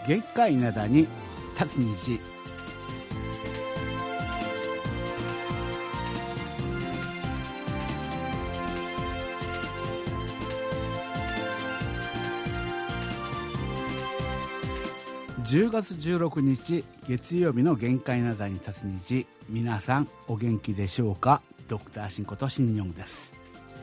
限界灘に立つ虹。10月16日月曜日の限界灘に立つ虹。皆さんお元気でしょうか。ドクターシンことシンニョンです。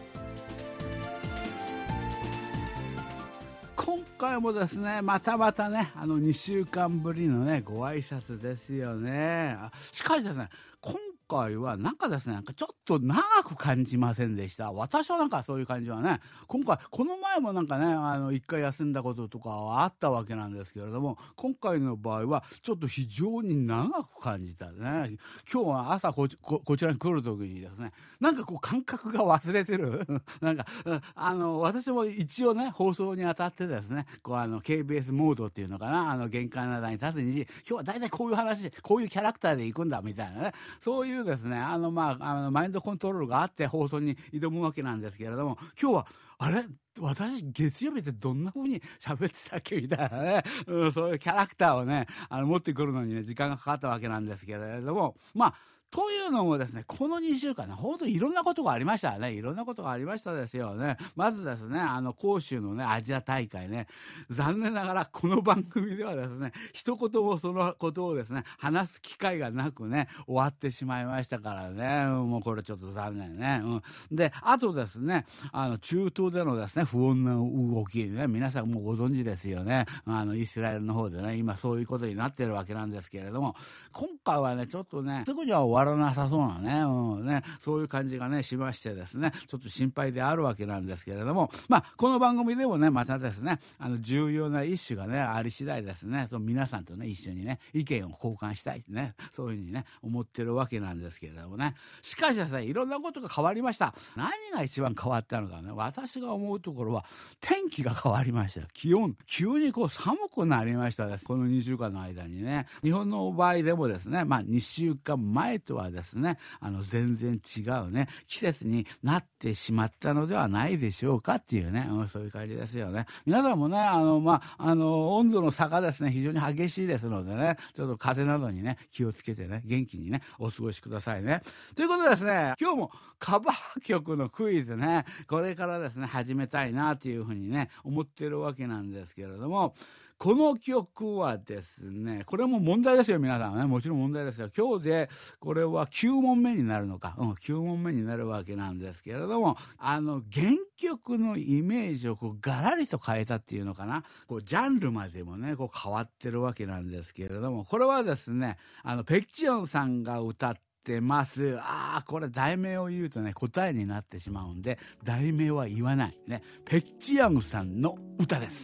今回もですね、またまたね、2週間ぶりのねご挨拶ですよね。しかしですね、今回はなんかですね、ちょっと長く感じませんでした。私はなんかそういう感じはね、今回この前もなんかね一回休んだこととかはあったわけなんですけれども、今回の場合はちょっと非常に長く感じたね。今日は朝こちらに来る時にですね、なんかこう感覚が忘れてるなんか私も一応ね放送にあたってですね、こうKBS モードっていうのかな、限界灘に立つ虹、今日はだいたいこういう話、こういうキャラクターで行くんだみたいなね、そういうですねマインドコントロールがあって放送に挑むわけなんですけれども、今日はあれ私月曜日ってどんな風に喋ってたっけみたいなね、そういうキャラクターをね持ってくるのにね時間がかかったわけなんですけれども、というのもですね、この2週間ね、ほんといろんなことがありましたね。いろんなことがありましたですよね。まずですね、杭州のね、アジア大会ね、残念ながらこの番組ではですね、一言もそのことをですね、話す機会がなくね、終わってしまいましたからね、もうこれちょっと残念ね。で、あとですね、中東でのですね、不穏な動きね、皆さんもうご存知ですよね。イスラエルの方でね、今そういうことになってるわけなんですけれども、今回はね、ちょっとね、すぐには終わらなさそうなね、そういう感じがねしましてですね、ちょっと心配であるわけなんですけれども、この番組でもねまたですね重要なイシュがねあり次第ですね、その皆さんとね一緒にね意見を交換したいね、そういうふうにね思ってるわけなんですけれどもね。しかしですね、いろんなことが変わりました。何が一番変わったのかね、私が思うところは天気が変わりました。気温急にこう寒くなりましたです。この2週間の間にね、日本の場合でもですね、2週間前とはですね全然違うね季節になってしまったのではないでしょうかっていうね、そういう感じですよね。皆さんもね温度の差がですね非常に激しいですのでね、ちょっと風邪などにね気をつけてね元気にねお過ごしくださいね。ということでですね、今日もカバー曲のクイズね、これからですね始めたいなというふうにね思ってるわけなんですけれども、この曲はですね、これも問題ですよ皆さんね、もちろん問題ですよ。今日でこれは9問目になるのか、9問目になるわけなんですけれども、原曲のイメージをこうガラリと変えたっていうのかな、こうジャンルまでもねこう変わってるわけなんですけれども、これはですねペクチヨンさんが歌ってます。これ題名を言うとね答えになってしまうんで題名は言わないね。ペクチヨンさんの歌です。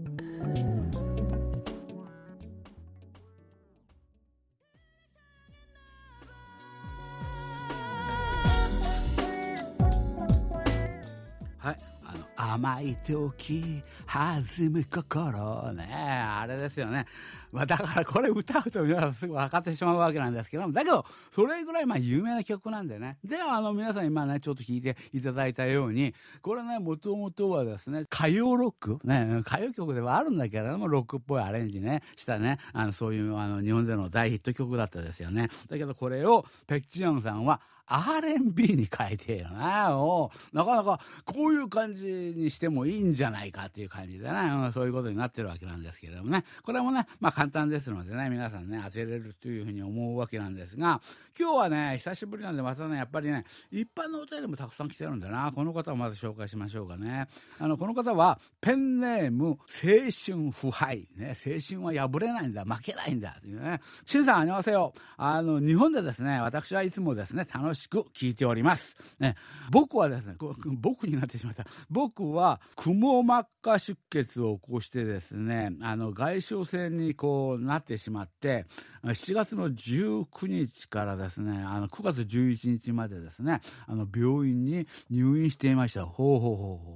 はい、甘い時弾む心ね、あれですよね。だからこれ歌うと皆さんすぐ分かってしまうわけなんですけども、だけどそれぐらい有名な曲なんでね。で皆さん今ねちょっと聴いていただいたように、これねもともとはですね歌謡ロックね、歌謡曲ではあるんだけれどもロックっぽいアレンジねしたねそういう日本での大ヒット曲だったですよね。だけどこれをペクチヨンさんはR&B に変えてよな。なかなかこういう感じにしてもいいんじゃないかっていう感じでね、そういうことになってるわけなんですけれどもね。これもね簡単ですのでね、皆さんね当てれるというふうに思うわけなんですが、今日はね久しぶりなんでまたねやっぱりね一般のお便りもたくさん来てるんだな。この方をまず紹介しましょうかね。この方はペンネーム青春腐敗ね、青春は破れないんだ、負けないんだっていうね。しんさん、あにわせよ。日本でですね私はいつもですね楽しく聞いておりますね。僕はですね僕になってしまった。僕はくも膜下出血を起こしてですね外傷性にこうなってしまって、7月の19日からですね9月11日までですね病院に入院していました。ほう。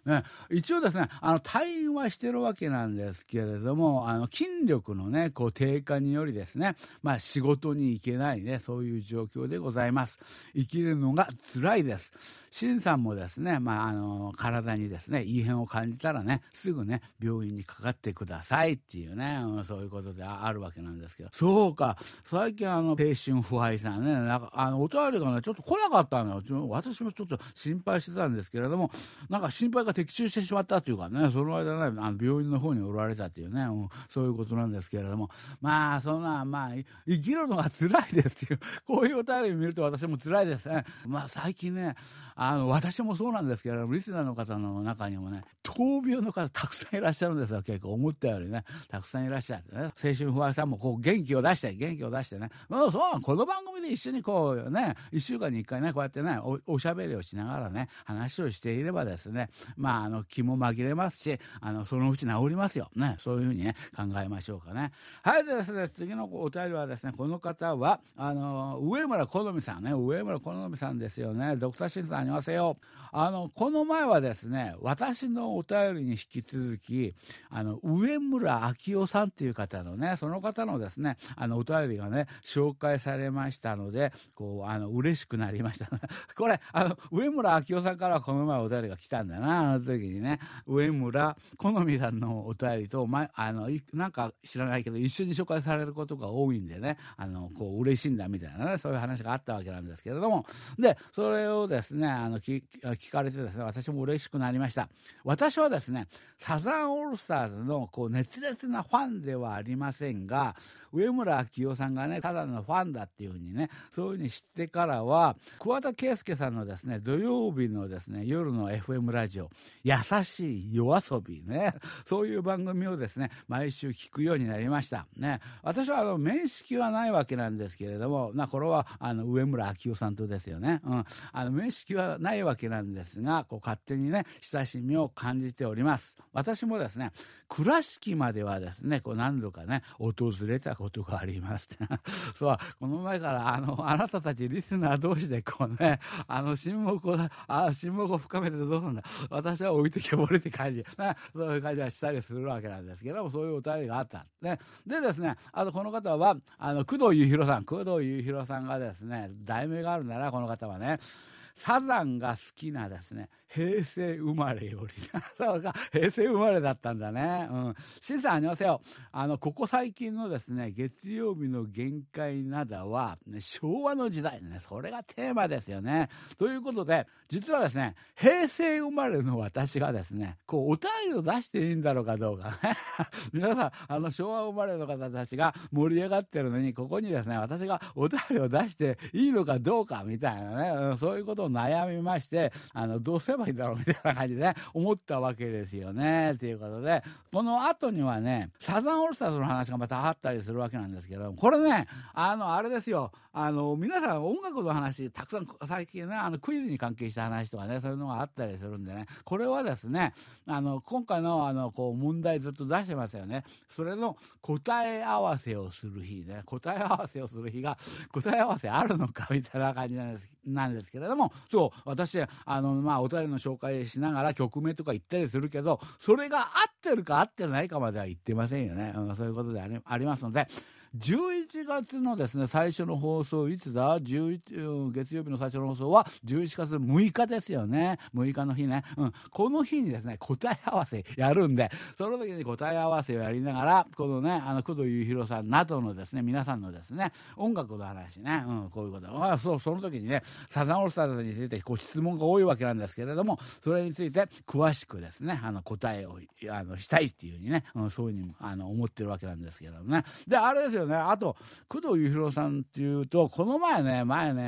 ね、一応ですね、退院はしてるわけなんですけれども、筋力のね、こう低下によりですね、仕事に行けないね、そういう状況でございます。生きるのが辛いです。シンさんもですね、体にですね、異変を感じたらね、すぐね、病院にかかってくださいっていうね、そういうことであるわけなんですけど、そうか、最近青春腐敗さんね、なんかお便りがね、ちょっと来なかったのよ。私もちょっと心配してたんですけれども、なんか心配が的中してしまったというかね、その間ね、病院の方におられたというね、そういうことなんですけれども、そんな、生きるのが辛いですっていう、こういうお便りを見ると私も辛いですね。最近ね、私もそうなんですけれども、リスナーの方の中にもね、闘病の方たくさんいらっしゃるんですよ。結構思ったよりね、たくさんいらっしゃってね、青春不安さんもこう元気を出してね、そうこの番組で一緒にこうね、1週間に1回ね、こうやってね、おしゃべりをしながらね、話をしていればですね、気も紛れますし、そのうち治りますよね。そういうふうにね、考えましょうかね。はいですね、次のお便りはですね、この方は上村好美さんね、上村好美さんですよね。ドクターシンさん、ありますよ。この前はですね、私のお便りに引き続き上村明夫さんっていう方のね、その方のですね、お便りがね、紹介されましたので、こう嬉しくなりましたこれ上村明夫さんからはこの前お便りが来たんだな、時にね、上村好美さんのお便りと、なんか知らないけど一緒に紹介されることが多いんでね、こう嬉しいんだみたいなね、そういう話があったわけなんですけれども、でそれをですね聞かれてですね、私も嬉しくなりました。私はですね、サザンオールスターズのこう熱烈なファンではありませんが、上村明夫さんがね、ただのファンだっていうふうにね、そういうふうに知ってからは、桑田佳祐さんのですね、土曜日のですね、夜の FM ラジオ、優しい夜遊びね、そういう番組をですね、毎週聞くようになりましたね。私は面識はないわけなんですけれども、これは上村明夫さんとですよね、面識はないわけなんですが、こう勝手にね、親しみを感じております。私もですね、倉敷まではですね、こう何度かね、訪れたことがありますそうこの前からあなたたちリスナー同士でこうね、親睦を深めてどうするんだ、私は置いてけぼりって感じ、ね、そういう感じはしたりするわけなんですけども、そういうお便りがあった、ね、でですね、この方は工藤雄弘さんがですね、題名があるんだな、この方はね、サザンが好きなですね、平成生まれよりそうか、平成生まれだったんだね。シンさん、ありますよ。ここ最近のですね、月曜日の限界などは、ね、昭和の時代ね、それがテーマですよね。ということで、実はですね、平成生まれの私がですね、こうお便りを出していいんだろうかどうかね皆さん昭和生まれの方たちが盛り上がってるのに、ここにですね、私がお便りを出していいのかどうかみたいなね、そういうことを悩みまして、どうすればいいんだろうみたいな感じで、ね、思ったわけですよね。ということで、この後にはね、サザンオールスターズの話がまたあったりするわけなんですけど、これね、あれですよ、皆さん音楽の話たくさん最近ね、クイズに関係した話とかね、そういうのがあったりするんでね、これはですね、今回のこう問題ずっと出してますよね。それの答え合わせをする日ね、答え合わせをする日が答え合わせあるのかみたいな感じなんですけれども、そう私お便りの紹介しながら曲名とか言ったりするけど、それが合ってるか合ってないかまでは言ってませんよね。そういうことでありますので、11月のですね、最初の放送いつだ、月曜日の最初の放送は11月6日ですよね。6日の日ね、この日にですね、答え合わせやるんで、その時に答え合わせをやりながら、このね、工藤雄弘さんなどのですね、皆さんのですね、音楽の話ね、こういうことその時にね、サザンオールスターズについてこう質問が多いわけなんですけれども、それについて詳しくですね、答えをしたいっていう風にね、そういうふうに思ってるわけなんですけどね。であれですよね、あと工藤雄弘さんっていうと、この前ね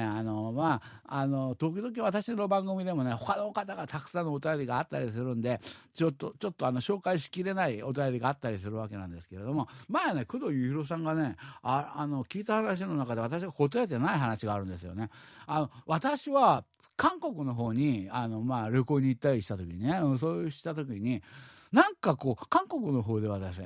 時々私の番組でもね、他の方がたくさんのお便りがあったりするんで、ちょっと紹介しきれないお便りがあったりするわけなんですけれども、前ね、工藤雄弘さんがね、聞いた話の中で私が答えてない話があるんですよね。私は韓国の方に旅行に行ったりした時にね、そうした時になんかこう韓国の方ではですね、パン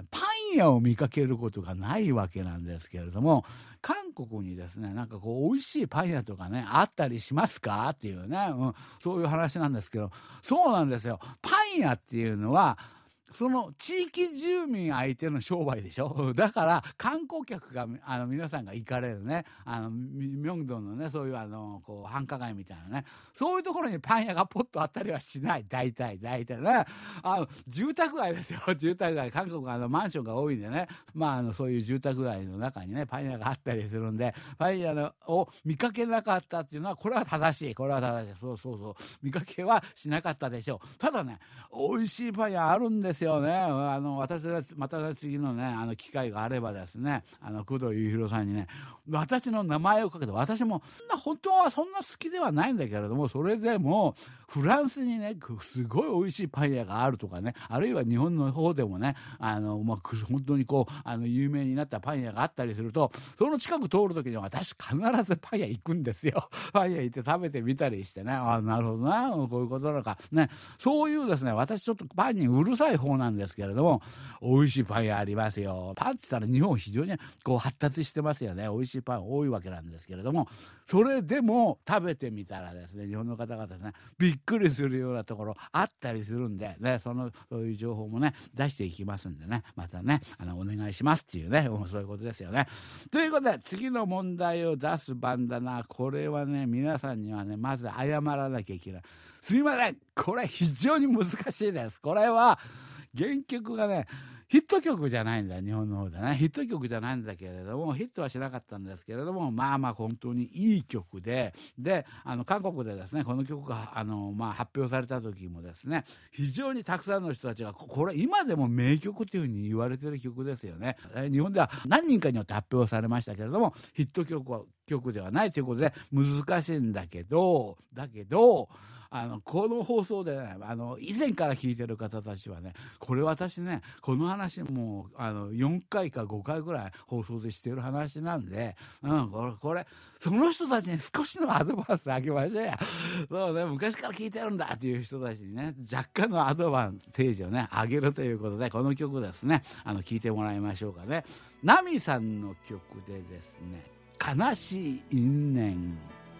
ン屋を見かけることがないわけなんですけれども、韓国にですね、なんかこう美味しいパン屋とかねあったりしますかっていうね、そういう話なんですけど、そうなんですよ。パン屋っていうのはその地域住民相手の商売でしょ。だから観光客が皆さんが行かれるね、明洞のね、そういうこう繁華街みたいなね、そういうところにパン屋がポッとあったりはしない。大体ね、住宅街ですよ。住宅街、韓国はマンションが多いんでね、そういう住宅街の中にねパン屋があったりするんで、パン屋を見かけなかったっていうのはこれは正しい。そう見かけはしなかったでしょう。ただね、美味しいパン屋あるんですよね。私はまた次のね機会があればですね、工藤雄弘さんにね私の名前をかけて、私も本当はそんな好きではないんだけれども、それでもフランスにねすごい美味しいパン屋があるとかね、あるいは日本の方でもね本当にこう有名になったパン屋があったりすると、その近く通る時には私必ずパン屋行くんですよ。パン屋行って食べてみたりしてね、なるほどな、こういうことなのかね。そういうですね、私ちょっとパンにうるさい方なんですけれども、美味しいパン屋ありますよ。パンって言ったら日本非常にこう発達してますよね。美味しいパン多いわけなんですけれども、それでも食べてみたらですね、日本の方々ですね、びっくりするようなところあったりするんでね、そういう情報もね出していきますんでね、またねお願いしますっていうね、そういうことですよね。ということで次の問題を出す番だな。これはね皆さんにはねまず謝らなきゃいけない。すいません、これ非常に難しいです。これは原曲がねヒット曲じゃないんだ。日本の方でねヒット曲じゃないんだけれども、ヒットはしなかったんですけれども、本当にいい曲で韓国でですねこの曲が発表された時もですね、非常にたくさんの人たちがこれ今でも名曲というふうに言われてる曲ですよね。日本では何人かによって発表されましたけれども、ヒット曲ではないということで難しいんだけどこの放送でね以前から聞いてる方たちはね、これ私ねこの話も4回か5回ぐらい放送でしてる話なんで、これその人たちに少しのアドバンスあげましょうや。そうね、昔から聞いてるんだっていう人たちにね若干のアドバンテージをねあげるということで、この曲ですね聞いてもらいましょうかね。ナミさんの曲でですね、悲しい因縁。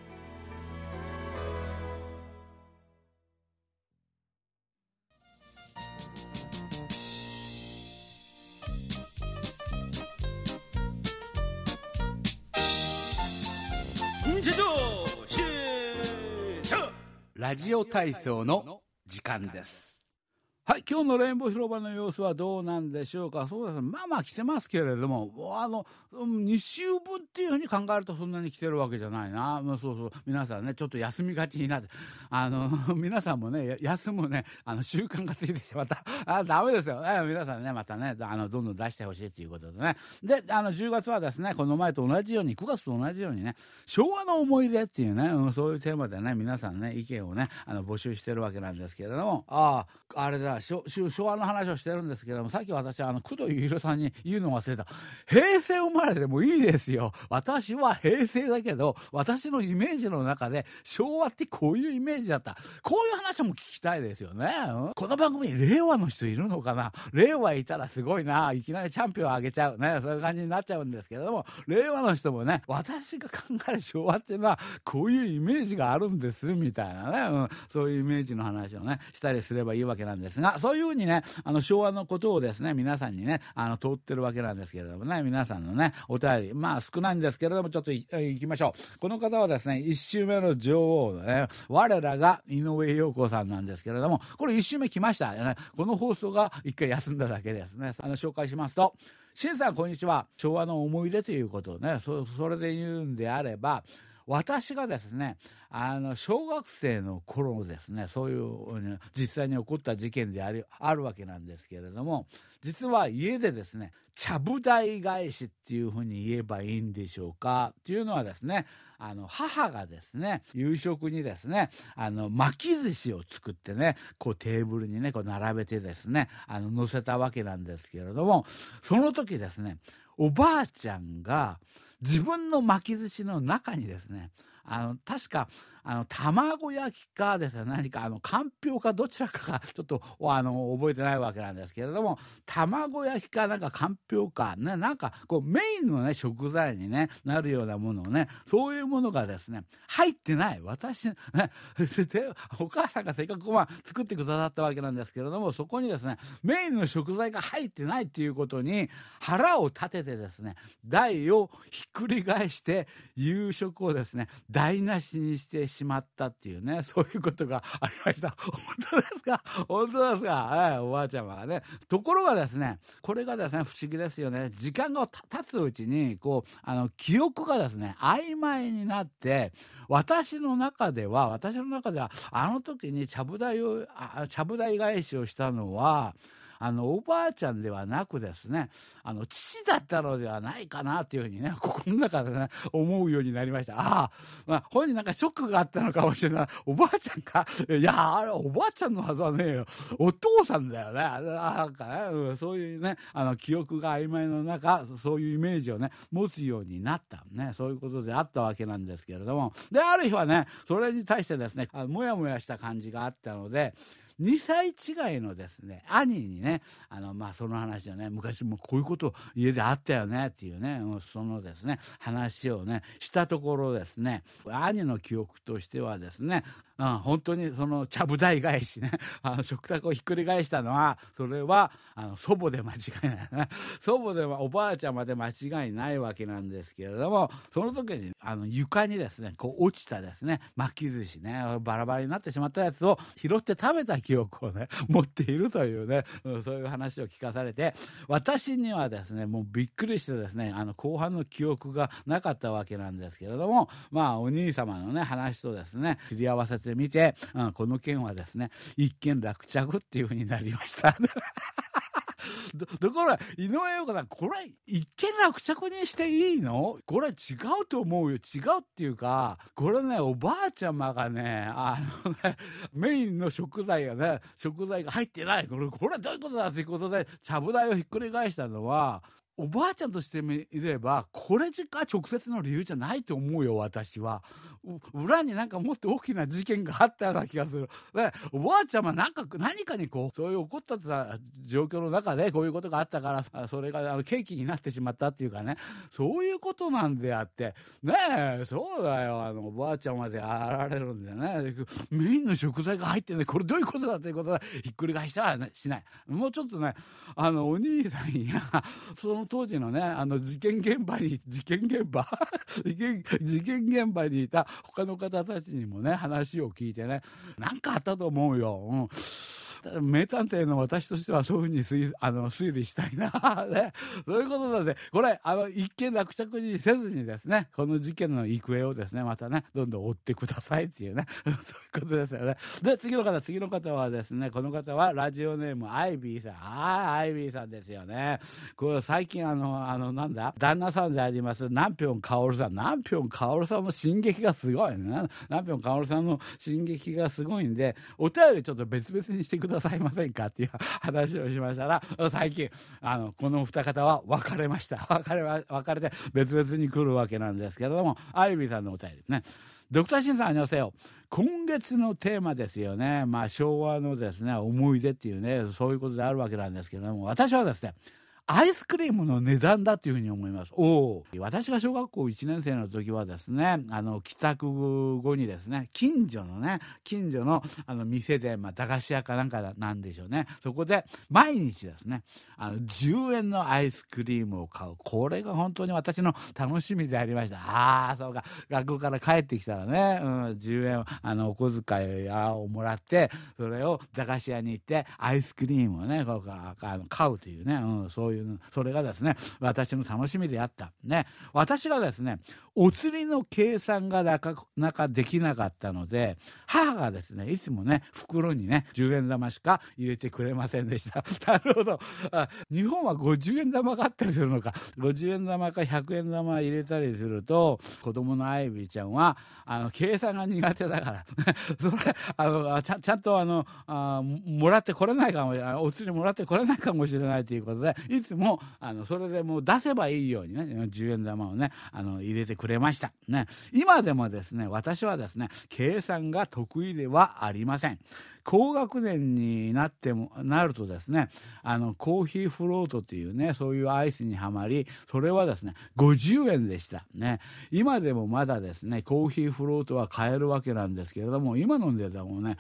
ラジオ体操の時間です。はい、今日のレインボー広場の様子はどうなんでしょうか。そうですね、来てますけれども、2週分っていうふうに考えるとそんなに来てるわけじゃないな。皆さんねちょっと休みがちになって皆さんもね休むね習慣がついてしまったダメですよね。皆さんねまたねどんどん出してほしいということでね。で10月はですねこの前と同じように9月と同じようにね昭和の思い出っていうね、そういうテーマでね皆さんね意見をね募集してるわけなんですけれども、あれだ昭和の話をしてるんですけども、さっき私は工藤雄弘さんに言うのを忘れた。平成生まれでもいいですよ。私は平成だけど私のイメージの中で昭和ってこういうイメージだった。こういう話も聞きたいですよね。この番組に令和の人いるのかな。令和いたらすごいな、いきなりチャンピオンあげちゃうね、そういう感じになっちゃうんですけれども、令和の人もね私が考える昭和っていうのはこういうイメージがあるんですみたいなね、そういうイメージの話をねしたりすればいいわけなんですが、そういうふうにね昭和のことをですね皆さんにね通ってるわけなんですけれどもね、皆さんのねお便り少ないんですけれどもちょっといきましょう。この方はですね1週目の女王のね我らが井上陽子さんなんですけれども、これ1週目来ましたね。この放送が1回休んだだけですね。紹介しますと、しんさんこんにちは。昭和の思い出ということをね それで言うんであれば、私がですね小学生の頃ですね、そういう実際に起こった事件であるわけなんですけれども、実は家でですねちゃぶ台返しっていうふうに言えばいいんでしょうか。っていうのはですね母がですね夕食にですね巻き寿司を作ってねこうテーブルにねこう並べてですね乗せたわけなんですけれども、その時ですねおばあちゃんが自分の巻き寿司の中にですね確か卵焼きかですね、何かかんぴょうかどちらかがちょっと覚えてないわけなんですけれども、卵焼きかなんかかんぴょうかね、なんかこうメインのね食材にねなるようなものをね、そういうものがですね入ってない、私ねでお母さんがせっかく作ってくださったわけなんですけれども、そこにですねメインの食材が入ってないっていうことに腹を立ててですね、台をひっくり返して夕食をですね台無しにしてしまったっていうね、そういうことがありました。本当ですか？本当ですか？はい、おばあちゃまがね。ところがですね、これがですね不思議ですよね。時間が経つうちにこう記憶がですね曖昧になって、私の中ではあの時にちゃぶ台返しをしたのはおばあちゃんではなくですね、父だったのではないかなというふうにね、心の中でね思うようになりました。本人なんかショックがあったのかもしれない。おばあちゃんか、いやあれおばあちゃんのはずはねえよ、お父さんだよね。なんかね、そういうね記憶が曖昧の中、そういうイメージをね持つようになったね、そういうことであったわけなんですけれども、である日はねそれに対してですねもやもやした感じがあったので、2歳違いのですね兄にねその話をね、昔もこういうこと家であったよねっていうね、そのですね話をねしたところですね、兄の記憶としてはですね、本当にそのちゃぶ台返しね食卓をひっくり返したのは、それは祖母で間違いないね。祖母ではおばあちゃまで間違いないわけなんですけれども、その時に床にですねこう落ちたですね巻き寿司ね、バラバラになってしまったやつを拾って食べた記憶をね持っているというね、そういう話を聞かされて、私にはですねもうびっくりしてですね後半の記憶がなかったわけなんですけれども、お兄様のね話とですね知り合わせてみて、この件はですね一件落着っていう風になりましただから井上陽子さん、これ一見落着にしていいの？これ違うと思うよ。違うっていうか、これねおばあちゃまがねメインの食材が入ってない、これはどういうことだっていうことでちゃぶ台をひっくり返したのは、おばあちゃんとしてみればこれしか直接の理由じゃないと思うよ。私は裏になんかもっと大きな事件があったような気がする。でおばあちゃんは何かにこうそういう起こった状況の中でこういうことがあったから、それが契機になってしまったっていうかね、そういうことなんであってね。そうだよ、おばあちゃんまでやられるんでね、メインの食材が入ってね、これどういうことだということでひっくり返しては、ね、しない。もうちょっとねお兄さんやその当時のね事件現場にいた他の方たちにもね話を聞いてね、なんかあったと思うよ。名探偵の私としてはそういうふうに推理したいなね。そういうことなので、これ一見落着にせずにですね、この事件の行方をですねまたねどんどん追ってくださいっていうねそういうことですよね。で次の方はですね、この方はラジオネームアイビーさん。アイビーさんですよね。これ最近なんだ旦那さんであります南平薫さんの進撃がすごいね。南平薫さんの進撃がすごいんで、お便りちょっと別々にしてくださいませんかっていう話をしましたら、最近この二方は別れました。別れて別々に来るわけなんですけれども、アイビーさんのお便りね。ドクターシンさん、ありがとう。今月のテーマですよね。昭和のですね思い出っていうね、そういうことであるわけなんですけれども、私はですねアイスクリームの値段だというふうに思います。私が小学校1年生の時はですね帰宅後にですね近所の店で、駄菓子屋かなんかなんでしょうね、そこで毎日ですね10円のアイスクリームを買う。これが本当に私の楽しみでありました。そうか、学校から帰ってきたらね、10円お小遣いをもらって、それを駄菓子屋に行ってアイスクリームをね買うというね、それがですね私の楽しみであったね。私がですねお釣りの計算がなかなかできなかったので、母がですねいつもね袋にね10円玉しか入れてくれませんでしたなるほど。日本は50円玉があったりするのか。50円玉か100円玉入れたりすると、子供のアイビーちゃんは計算が苦手だからそれちゃんともらってこれないかも、お釣りもらってこれないかもしれないということで、いいつもそれでもう出せばいいようにね10円玉をね入れてくれましたね。今でもですね私はですね計算が得意ではありません。高学年になるとですねコーヒーフロートというねそういうアイスにはまり、それはですね50円でしたね。今でもまだですねコーヒーフロートは買えるわけなんですけれども、今の値段もね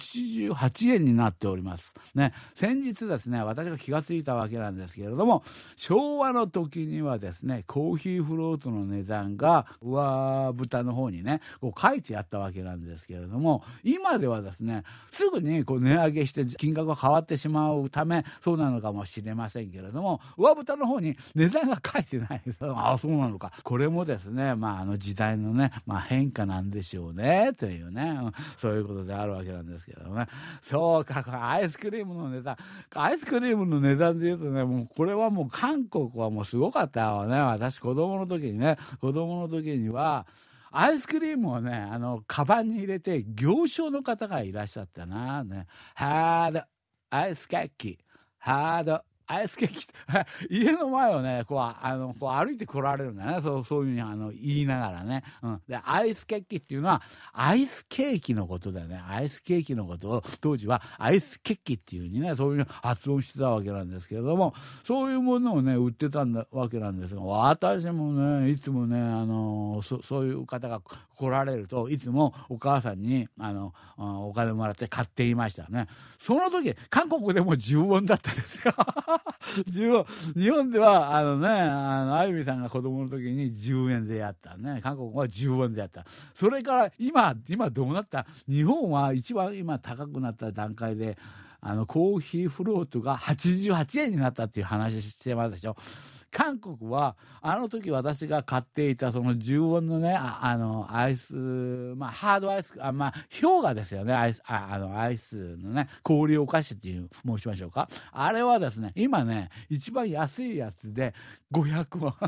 88円になっておりますね。先日ですね私が気がついたわけなんですけれども、昭和の時にはですねコーヒーフロートの値段が上蓋の方にねこう書いてあったわけなんですけれども、今ではですねすぐにこう値上げして金額が変わってしまうためそうなのかもしれませんけれども、上蓋の方に値段が書いてないああそうなのか、これもですね時代のね、変化なんでしょうねというね、そういうことであるわけなんですけどね。そうか、アイスクリームの値段で言うとね、もうこれはもう韓国はもうすごかったよね。私子供の時にはアイスクリームをねカバンに入れて行商の方がいらっしゃったなね。ハードアイスケーキ、ハードアイスケーキ家の前をねこう歩いて来られるんだね。そういうふうに言いながらね、でアイスケーキっていうのはアイスケーキのことだよね。アイスケーキのことを当時はアイスケーキっていうふうにねそういう発音してたわけなんですけれども、そういうものをね売ってたわけなんですが、私もねいつもねそういう方が来られるといつもお母さんにお金もらって買っていましたね。その時韓国でも10ウォンだったんですよ日本ではあゆみさんが子供の時に10円でやったね。韓国は10円でやった。それから今どうなった？日本は一番今高くなった段階でコーヒーフロートが88円になったっていう話してますでしょ。韓国は時私が買っていたその10ウォンのねアイスハードアイス氷河ですよね。アイスのね氷お菓子っていう申しましょうか。あれはですね今ね一番安いやつで500ウォン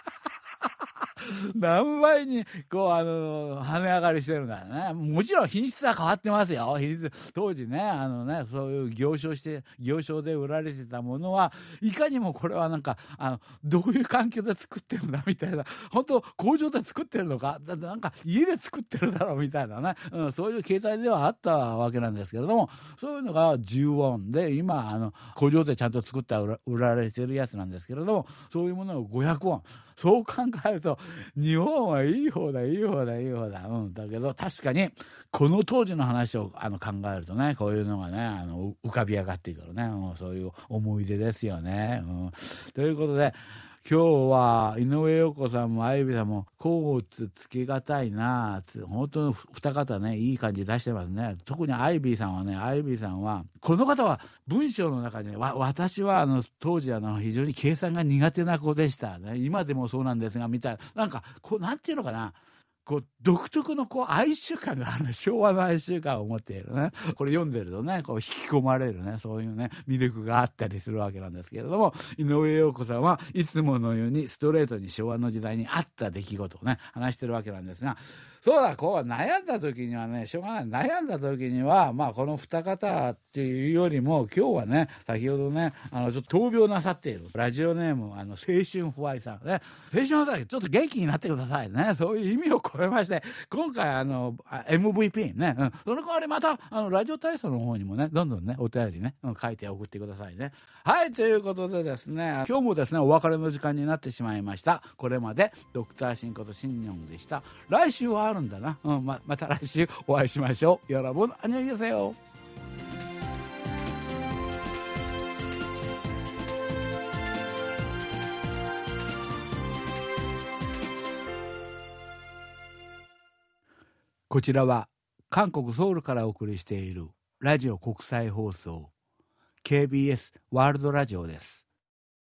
何倍にこう跳ね上がりしてるんだよね。もちろん品質は変わってますよ。当時ねそういう行商で売られてたものはいかにもこれはなんかどういう環境で作ってるんだみたいな、本当工場で作ってるのか、だってなんか家で作ってるだろうみたいなね、そういう形態ではあったわけなんですけれども、そういうのが10ウォンで今工場でちゃんと作って売られてるやつなんですけれども、そういうものを500ウォン。そう考えると日本はいい方だ、だけど確かにこの当時の話を考えるとねこういうのがね浮かび上がってくるね、そういう思い出ですよね、ということで今日は井上陽子さんも相部さんも甲乙つけがたいな本当に二方ねいい感じ出してますね。特にアイビーさんはこの方は文章の中に私は当時非常に計算が苦手な子でしたね、今でもそうなんですがみたいな、なんかなんていうのかな、独特の哀愁感がある、昭和の哀愁感を持っているね。これ読んでるとね引き込まれるね、そういうね魅力があったりするわけなんですけれども、井上陽子さんはいつものようにストレートに昭和の時代にあった出来事をね話してるわけなんですが、そうだ悩んだ時にはねしょうがない。悩んだ時にはこの二方っていうよりも今日はね先ほどねちょっと闘病なさっているラジオネーム青春不愛さんね、青春不愛ちょっと元気になってくださいね、そういう意味を込めまして今回MVP ね、その代わりまたラジオ体操の方にもねどんどんねお便りね、書いて送ってくださいね。はい、ということでですね今日もですねお別れの時間になってしまいました。これまでドクターシンことシンニョンでした。来週はあるんだな、また来週お会いしましょう。よろぶんあにょげせよ。こちらは韓国ソウルからお送りしているラジオ国際放送 KBS ワールドラジオです。